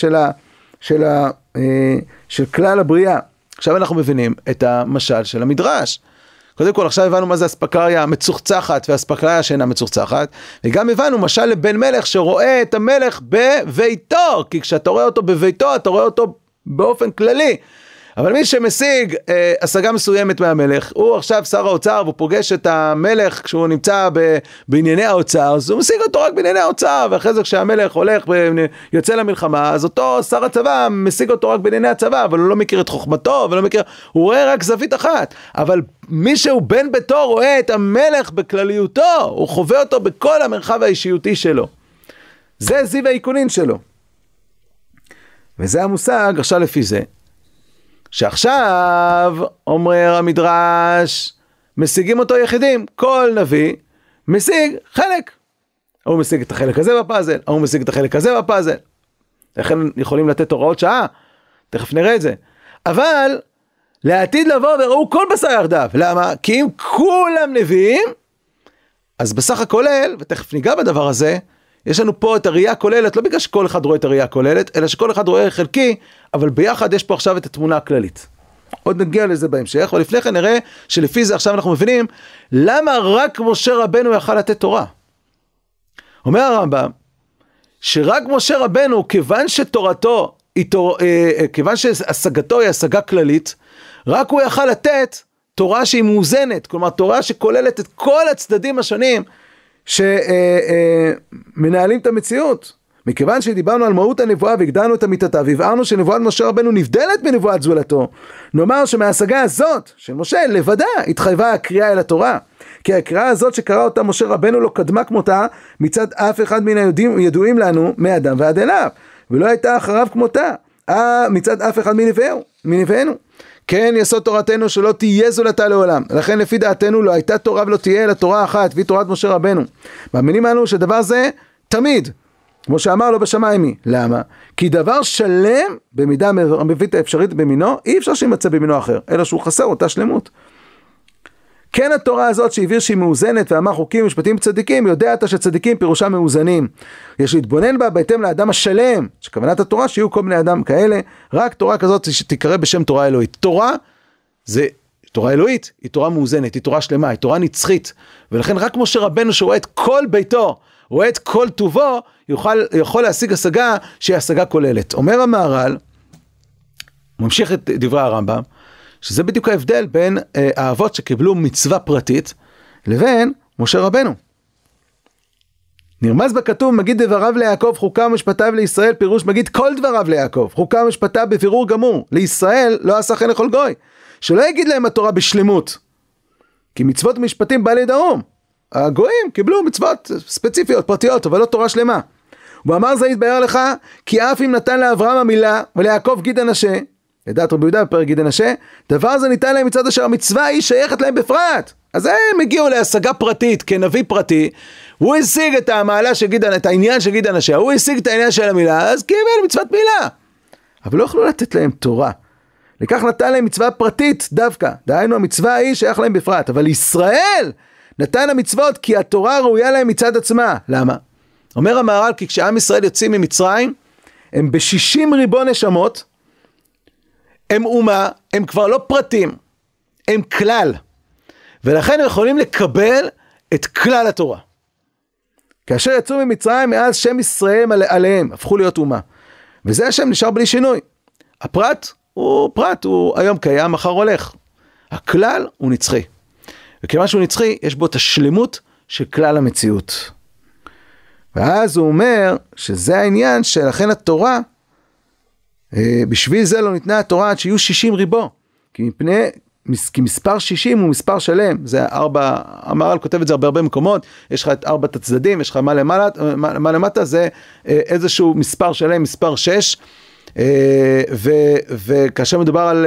של כלל הבריאה. עכשיו אנחנו מבינים את המשל של המדרש. קודם כל, עכשיו הבנו מה זה אספקלריה מצוחצחת ואספקלריה שאינה מצוחצחת, וגם הבנו משל לבן מלך שרואה את המלך בביתו, כי כשאתה רואה אותו בביתו, אתה רואה אותו באופן כללי. אבל מי שמשיג השגה מסוימת מהמלך, הוא עכשיו שר האוצר, והוא פוגש את המלך כשהוא נמצא בענייני האוצר, אז הוא משיג אותו רק בענייני האוצר, ואחרי זה כשהמלך הולך ויוצא למלחמה, אז אותו שר הצבא משיג אותו רק בענייני הצבא, אבל הוא לא מכיר את חוכמתו, הוא רואה רק זווית אחת. אבל מי שהוא בן ביתו רואה את המלך בכלליותו, הוא חווה אותו בכל המרחב האישיותי שלו. זה זיו העיקונין שלו. וזה המושג, עכשיו לפי זה, שעכשיו, אומר המדרש, משיגים אותו יחידים. כל נביא משיג חלק. הוא משיג את החלק הזה בפאזל, הוא משיג את החלק הזה בפאזל. לכן יכולים לתת הוראות שעה, תכף נראה את זה. אבל לעתיד לבוא וראו כל בשר יחדיו. למה? כי אם כולם נביאים, אז בסך הכולל, ותכף ניגע בדבר הזה, יש לנו פה את הראייה הכוללת, לא בגלל שכל אחד רואה את הראייה הכוללת, אלא שכל אחד רואה חלקי, אבל ביחד יש פה עכשיו את התמונה הכללית. עוד נגיע לזה בהמשך, אבל לפני כן נראה שלפי זה עכשיו אנחנו מבינים, למה רק משה רבנו יכל לתת תורה? אומר הרמב"ם, שרק משה רבנו, כיוון שתורתו, כיוון שהשגתו היא השגה כללית, רק הוא יכל לתת תורה שהיא מאוזנת, כלומר תורה שכוללת את כל הצדדים השונים, שמנהלים את המציאות. מכיוון שדיברנו על מהות הנבואה והגדרנו את אמיתתה והבהרנו שנבואת משה רבנו נבדלת מנבואת זולתו, נאמר שמההשגה הזאת של משה לבדה התחייבה הקריאה אל התורה, כי הקריאה הזאת שקרא אותה משה רבנו לא קדמה כמותה מצד אף אחד מן הידועים לנו מאדם ועד אליו, ולא הייתה אחריו כמותה מצד אף אחד מנביאנו. כן, יסוד תורתנו שלא תהיה זולתה לעולם. לכן לפי דעתנו לא הייתה תורה ולא תהיה אלא תורה אחת, והיא תורת משה רבנו. מאמינים לנו שדבר זה תמיד, כמו שאמר לו בשמיים היא. למה? כי דבר שלם במידה המבית האפשרית במינו, אי אפשר שימצא במינו אחר, אלא שהוא חסר אותה שלמות. כן התורה הזאת שהבהיר שהיא מאוזנת ואמר חוקים משפטים צדיקים, יודע אתה שצדיקים פירושה מאוזנים. יש להתבונן בה בהתאם לאדם השלם, שכוונת התורה שיהיו כל בני אדם כאלה, רק תורה כזאת שתיקרא בשם תורה אלוהית. תורה זה תורה אלוהית, היא תורה מאוזנת, היא תורה שלמה, היא תורה נצחית, ולכן רק משה רבנו שרואה את כל ביתו, רואה את כל טובו, יכול להשיג השגה שהיא השגה כוללת. אומר המהר"ל, ממשיך את דברי הרמב"ם, שזה בדיוק ההבדל בין האבות שקיבלו מצווה פרטית, לבין משה רבנו. נרמז בכתוב, מגיד דבריו ליעקב, חוקה ומשפטיו לישראל, פירוש מגיד כל דבריו ליעקב, חוקה ומשפטיו בבירור גמור, לישראל לא עשה כן לכל גוי, שלא יגיד להם התורה בשלמות, כי מצוות ומשפטים בא לידרום, הגויים קיבלו מצוות ספציפיות, פרטיות, אבל לא תורה שלמה. ואמר זה יתבהר לך, כי אף אם נתן לאברהם המילה, וליעקב גיד הנשה, לדעת רבי יהודה בפרק גיד הנשה, דבר זה ניתן להם מצד אשר המצווה היא שייכת להם בפרט. אז הם הגיעו להשגה פרטית, כנביא פרטי, הוא השיג את המעלה של גיד, את העניין של גיד הנשה, הוא השיג את העניין של המילה, אז קיבל מצוות מילה. אבל לא יכלו לתת להם תורה. לכך נתן להם מצווה פרטית דווקא, דהיינו המצווה היא שייך להם בפרט, אבל ישראל נתן המצוות כי התורה ראויה להם מצד עצמה. למה? אומר המהר"ל, כי כשעם ישראל יוצאים ממצרים, הם ב60 ריבון נשמות, הם אומה, הם כבר לא פרטים, הם כלל, ולכן הם יכולים לקבל את כלל התורה. כאשר יצאו ממצרים, מאז שם ישראל עליהם, הפכו להיות אומה, וזה השם נשאר בלי שינוי. הפרט הוא פרט, הוא היום קיים, מחר הולך. הכלל הוא נצחי. וכיוון שהוא נצחי, יש בו את השלמות של כלל המציאות. ואז הוא אומר שזה העניין שלכן התורה, בשביל זה לא ניתנה התורה עד שיהיו 60 ריבו. כי מספר 60 הוא מספר שלם. זה 4, המהר"ל כותב את זה הרבה מקומות, יש לך את 4 הצדדים, יש לך מה למטה, זה איזשהו מספר שלם, מספר 6, וכאשר מדובר על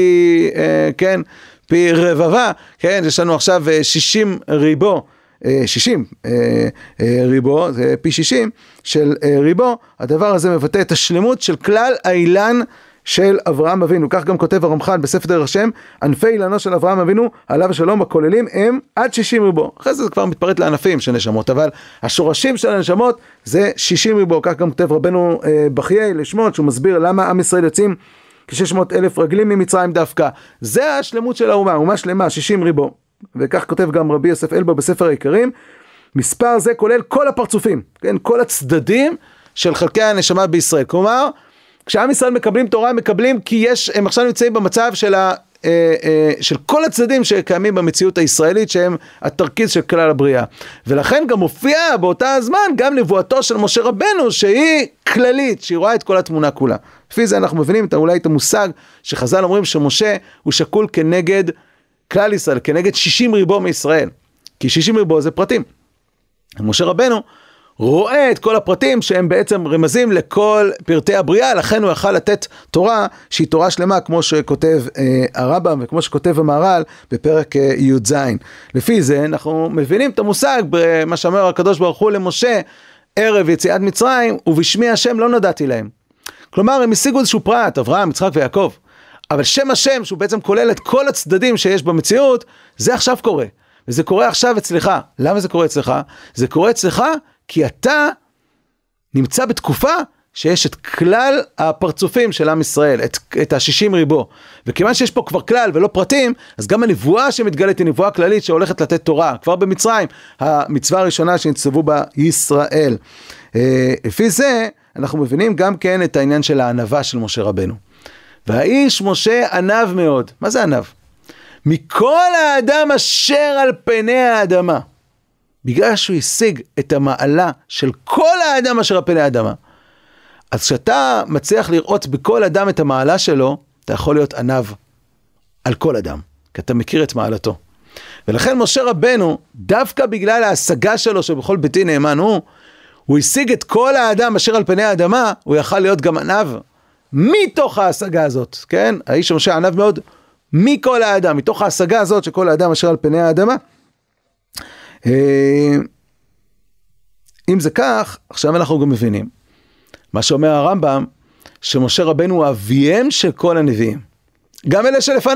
פי רבבה, כן, יש לנו עכשיו 60 ריבו, 60 ריבו, זה פי 60 של ריבו, הדבר הזה מבטא את השלמות של כלל האילן של אברהם אבינו. כך גם כותב הרמח"ל בספר דרך השם, ענפי אילנו של אברהם אבינו, עליו השלום הכוללים הם עד 60 ריבו. אחרי זה כבר מתפרט לענפים של נשמות, אבל השורשים של הנשמות זה 60 ריבו. כך גם כותב רבנו בחיי לשמות, שהוא מסביר למה עם ישראל יוצאים כ600,000 רגלים ממצרים דווקא. זה השלמות של האומה, אומה שלמה, 60 ריבו. וכך כותב גם רבי יוסף אלבו בספר העיקרים, מספר זה כולל כל הפרצופים, כן? כל הצדדים של חלקי הנשמה בישראל. כלומר, כשעם ישראל מקבלים תורה, מקבלים כי הם עכשיו נמצאים במצב של כל הצדדים שקיימים במציאות הישראלית, שהם התרכיז של כלל הבריאה. ולכן גם מופיע באותה הזמן גם נבואתו של משה רבנו, שהיא כללית, שהיא רואה את כל התמונה כולה. לפי זה אנחנו מבינים אולי את המושג שחז"ל אומרים שמשה הוא שקול כנגד כלל ישראל, כנגד 60 ריבו מישראל. כי 60 ריבו זה פרטים. משה רבנו רואה את כל הפרטים שהם בעצם רמזים לכל פרטי הבריאה, לכן הוא יכל לתת תורה שהיא תורה שלמה, כמו שכותב הרמב"ם וכמו שכותב המהר"ל בפרק י"ז. לפי זה אנחנו מבינים את המושג במה שאומר הקדוש ברוך הוא למשה ערב יציאת מצרים, ובשמי השם לא נודעתי להם. כלומר הם השיגו איזשהו פרט, אברהם, יצחק ויעקב, אבל שם השם שהוא בעצם כולל את כל הצדדים שיש במציאות, זה עכשיו קורה. וזה קורה עכשיו אצלך. למה זה קורה אצלך? זה קורה אצלך כי אתה נמצא בתקופה שיש את כלל הפרצופים של עם ישראל, את ה-60 ריבו. וכיוון שיש פה כבר כלל ולא פרטים, אז גם הנבואה שמתגלית היא נבואה כללית שהולכת לתת תורה. כבר במצרים, המצווה הראשונה שנצטוו בה ישראל. לפי זה, אנחנו מבינים גם כן את העניין של הענווה של משה רבנו. והאיש משה ענב מאוד. מה זה ענב? מכל האדם אשר על פני האדמה. בגלל שהוא השיג את המעלה של כל האדם אשר על פני האדמה. אז כשאתה מצליח לראות בכל אדם את המעלה שלו, אתה יכול להיות ענב על כל אדם, כי אתה מכיר את מעלתו. ולכן משה רבנו, דווקא בגלל ההשגה שלו שבכל ביתי נאמן הוא השיג את כל האדם אשר על פני האדמה, הוא יכל להיות גם ענב מתוך ההשגה הזאת, כן? האיש משה ענב מאוד מכל האדם, מתוך ההשגה הזאת שכל האדם אשר על פני האדמה. אם זה כך, עכשיו אנחנו גם מבינים מה שאומר הרמב"ם, שמשה רבנו הוא אביהם של כל הנביאים, גם אלה שלפניו.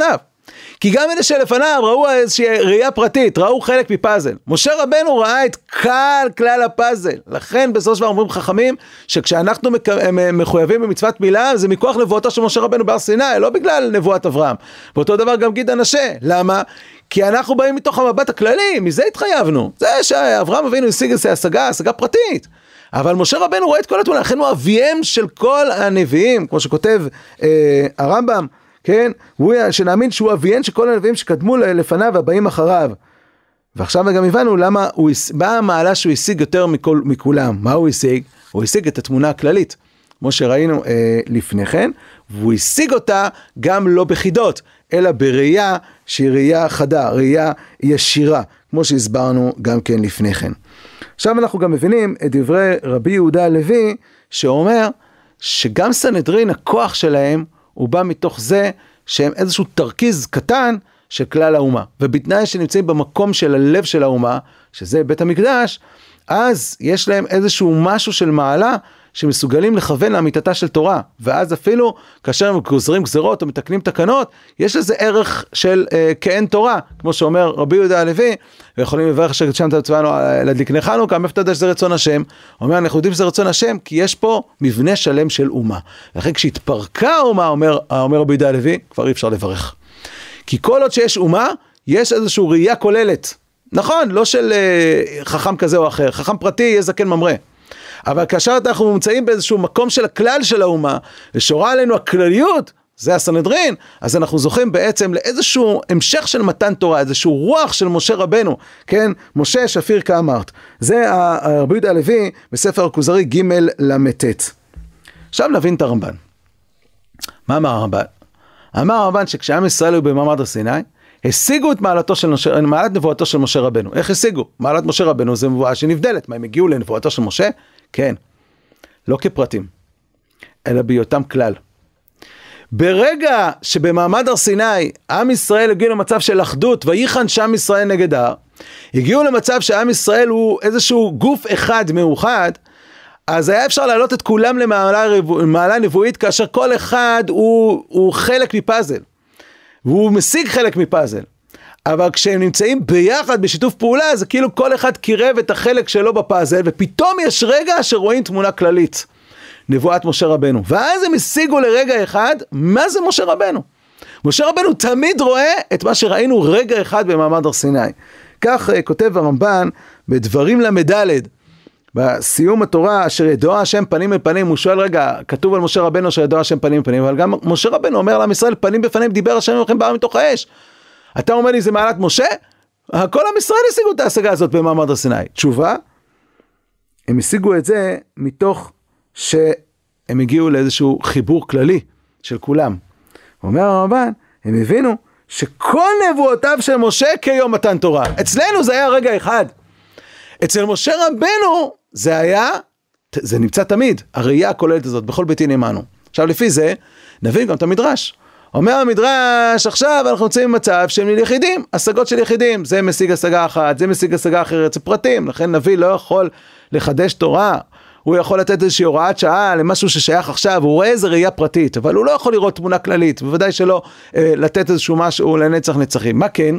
כי גם אלה שלפניו ראו איזושהי ראייה פרטית, ראו חלק מפאזל. משה רבנו ראה את כלל הפאזל. לכן בסופו של דבר אומרים חכמים, שכשאנחנו מחויבים במצוות מילה, זה מכוח נבואתו של משה רבנו בהר סיני, לא בגלל נבואת אברהם. ואותו דבר גם גיד אנשה. למה? כי אנחנו באים מתוך המבט הכללי, מזה התחייבנו. זה שאברהם אבינו השיג איזו השגה פרטית. אבל משה רבנו רואה את כל התמונה, לכן הוא אביהם של כל הנביאים, כמו שכותב הרמב"ם, כן? שנאמין שהוא אביהם של כל הנביאים שקדמו לפניו והבאים אחריו. ועכשיו גם הבנו למה באה המעלה שהוא השיג יותר מכולם. מה הוא השיג? הוא השיג את התמונה הכללית, כמו שראינו לפני כן, והוא השיג אותה גם לא בחידות, אלא בראייה שהיא ראייה חדה, ראייה ישירה, כמו שהסברנו גם כן לפני כן. עכשיו אנחנו גם מבינים את דברי רבי יהודה הלוי, שאומר שגם סנהדרין, הכוח שלהם, הוא בא מתוך זה שהם איזשהו תרכיז קטן של כלל האומה. ובתנאי שנמצאים במקום של הלב של האומה, שזה בית המקדש, אז יש להם איזשהו משהו של מעלה, שמסוגלים לכוון לאמיתתה של תורה, ואז אפילו כאשר הם גוזרים גזרות או מתקנים תקנות, יש לזה ערך של כאין תורה, כמו שאומר רבי יהודה הלוי, ויכולים לברך ששם תצוונו להדליק נר חנוכה, מאיפה אתה יודע שזה רצון השם? אומר, אנחנו יודעים שזה רצון השם, כי יש פה מבנה שלם של אומה. לכן כשהתפרקה האומה, אומר רבי יהודה הלוי, כבר אי אפשר לברך. כי כל עוד שיש אומה, יש איזושהי ראייה כוללת. נכון, לא של חכם כזה או אחר, חכם פרטי יהיה זקן ממרא. אבל כאשר אנחנו נמצאים באיזשהו מקום של הכלל של האומה, ושורה עלינו הכלליות, זה הסנהדרין, אז אנחנו זוכים בעצם לאיזשהו המשך של מתן תורה, איזשהו רוח של משה רבנו, כן? משה שפיר כאמרת. זה רבי יהודה הלוי בספר הכוזרי ג' למ"ט. עכשיו נבין את הרמב"ן. מה אמר הרמב"ן? אמר הרמב"ן שכשעם ישראל היו במעמד הר סיני, השיגו את מעלת נבואתו של משה רבנו. איך השיגו? מעלת משה רבנו זה נבואה שנבדלת. מה, הם הגיעו לנבואתו של משה? כן. לא כפרטים, אלא בהיותם כלל. ברגע שבמעמד הר סיני, עם ישראל הגיעו למצב של אחדות, ויחן שם ישראל נגד ההר, הגיעו למצב שעם ישראל הוא איזשהו גוף אחד מאוחד, אז היה אפשר להעלות את כולם למעלה נבואית, כאשר כל אחד הוא חלק מפאזל. והוא משיג חלק מפאזל. אבל כשהם נמצאים ביחד בשיתוף פעולה, זה כאילו כל אחד קירב את החלק שלו בפאזל, ופתאום יש רגע שרואים תמונה כללית. נבואת משה רבנו. ואז הם השיגו לרגע אחד, מה זה משה רבנו? משה רבנו תמיד רואה את מה שראינו רגע אחד במעמד הר סיני. כך כותב הרמב"ן בדברים למדלת, בסיום התורה, אשר ידוע השם פנים בפנים, הוא שואל רגע, כתוב על משה רבנו אשר ידוע השם פנים בפנים, אבל גם משה רבנו אומר לעם ישראל, פנים בפנים דיבר השם לכם בער מתוך האש. אתה אומר לי, זה מעלת משה? כל עם ישראל השיגו את ההשגה הזאת במעמד הר סיני. תשובה, הם השיגו את זה מתוך שהם הגיעו לאיזשהו חיבור כללי של כולם. אומר הרמב"ן, הם הבינו שכל נבואותיו של משה כיום מתן תורה. אצלנו זה היה רגע אחד. אצל משה רבנו זה נמצא תמיד, הראייה הכוללת הזאת, בכל ביתי נאמנו. עכשיו לפי זה, נבין גם את המדרש. אומר המדרש, עכשיו אנחנו נמצאים במצב שהם יחידים, השגות של יחידים, זה משיג השגה אחת, זה משיג השגה אחרת, זה פרטים, לכן נביא לא יכול לחדש תורה, הוא יכול לתת איזושהי הוראת שעה למשהו ששייך עכשיו, הוא רואה איזה ראייה פרטית, אבל הוא לא יכול לראות תמונה כללית, בוודאי שלא לתת איזשהו משהו לנצח נצחים. מה כן?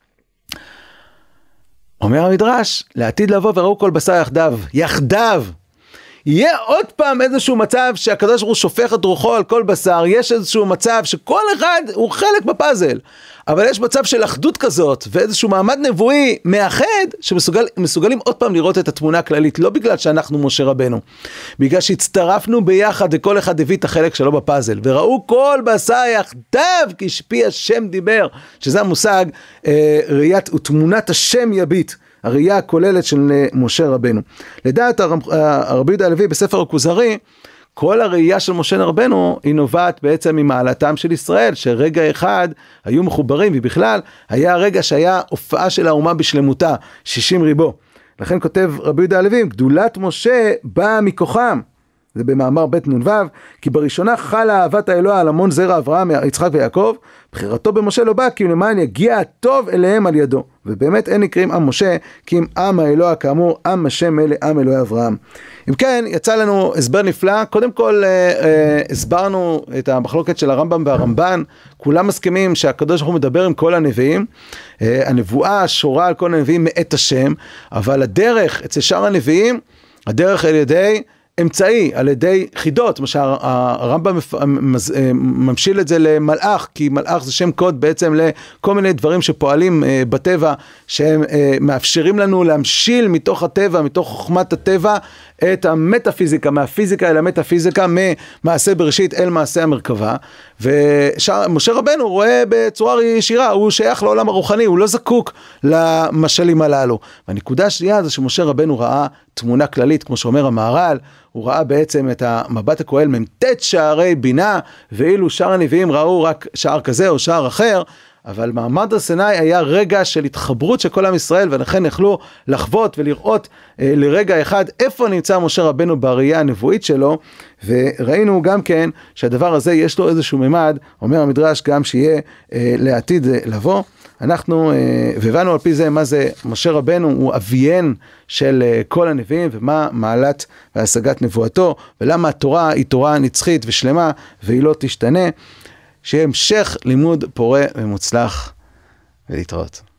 אומר המדרש, לעתיד לבוא וראו כל בשר יחדיו, יהיה עוד פעם איזשהו מצב שהקדוש ברוך הוא שופך את רוחו על כל בשר, יש איזשהו מצב שכל אחד הוא חלק בפאזל, אבל יש מצב של אחדות כזאת, ואיזשהו מעמד נבואי מאחד, שמסוגלים עוד פעם לראות את התמונה הכללית, לא בגלל שאנחנו משה רבנו, בגלל שהצטרפנו ביחד, וכל אחד הביא את החלק שלו בפאזל, וראו כל בשר יחדיו, כשפי השם דיבר, שזה המושג, ראיית ותמונת השם יביט, הראייה הכוללת של משה רבנו. לדעת הרבי יהודה הלוי בספר הכוזרי, כל הראייה של משה רבנו היא נובעת בעצם ממעלתם של ישראל, שרגע אחד היו מחוברים, ובכלל היה הרגע שהיה הופעה של האומה בשלמותה, 60 ריבו. לכן כותב רבי יהודה הלוי, גדולת משה באה מכוחם, זה במאמר בית נ"ו, כי בראשונה חלה אהבת האלוה על המון זרע אברהם, יצחק ויעקב, בחירתו במשה לא בא, כי למען יגיע הטוב אליהם על ידו. ובאמת אין נקראים עם משה, כי אם עם האלוה כאמור, עם השם אלה, עם אלוהי אברהם. אם כן, יצא לנו הסבר נפלא. קודם כל, הסברנו את המחלוקת של הרמב"ם והרמב"ן. כולם מסכימים שהקדוש ברוך הוא מדבר עם כל הנביאים. הנבואה שורה על כל הנביאים מאת השם, אבל הדרך אצל שאר הנביאים, הדרך על ידי אמצעי, על ידי חידות, מה שהרמב"ם ממשיל את זה למלאך, כי מלאך זה שם קוד בעצם לכל מיני דברים שפועלים בטבע, שהם מאפשרים לנו להמשיל מתוך הטבע, מתוך חוכמת הטבע, את המטאפיזיקה, מהפיזיקה אל המטאפיזיקה, ממעשה בראשית אל מעשה המרכבה, ומשה רבנו רואה בצורה ישירה, הוא שייך לעולם הרוחני, הוא לא זקוק למשלים הללו. והנקודה השנייה זה שמשה רבנו ראה תמונה כללית, כמו שאומר המהר"ל, הוא ראה בעצם את המבט הכהל ממתת שערי בינה, ואילו שאר הנביאים ראו רק שער כזה או שער אחר, אבל מעמד הר סיני היה רגע של התחברות של כל עם ישראל, ולכן יכלו לחוות ולראות לרגע אחד איפה נמצא משה רבנו בראייה הנבואית שלו, וראינו גם כן שהדבר הזה יש לו איזשהו ממד, אומר המדרש גם שיהיה לעתיד לבוא. אנחנו הבנו על פי זה מה זה משה רבנו, הוא אביין של כל הנביאים, ומה מעלת והשגת נבואתו, ולמה התורה היא תורה נצחית ושלמה, והיא לא תשתנה. שיהיה המשך לימוד פורה ומוצלח, ולהתראות.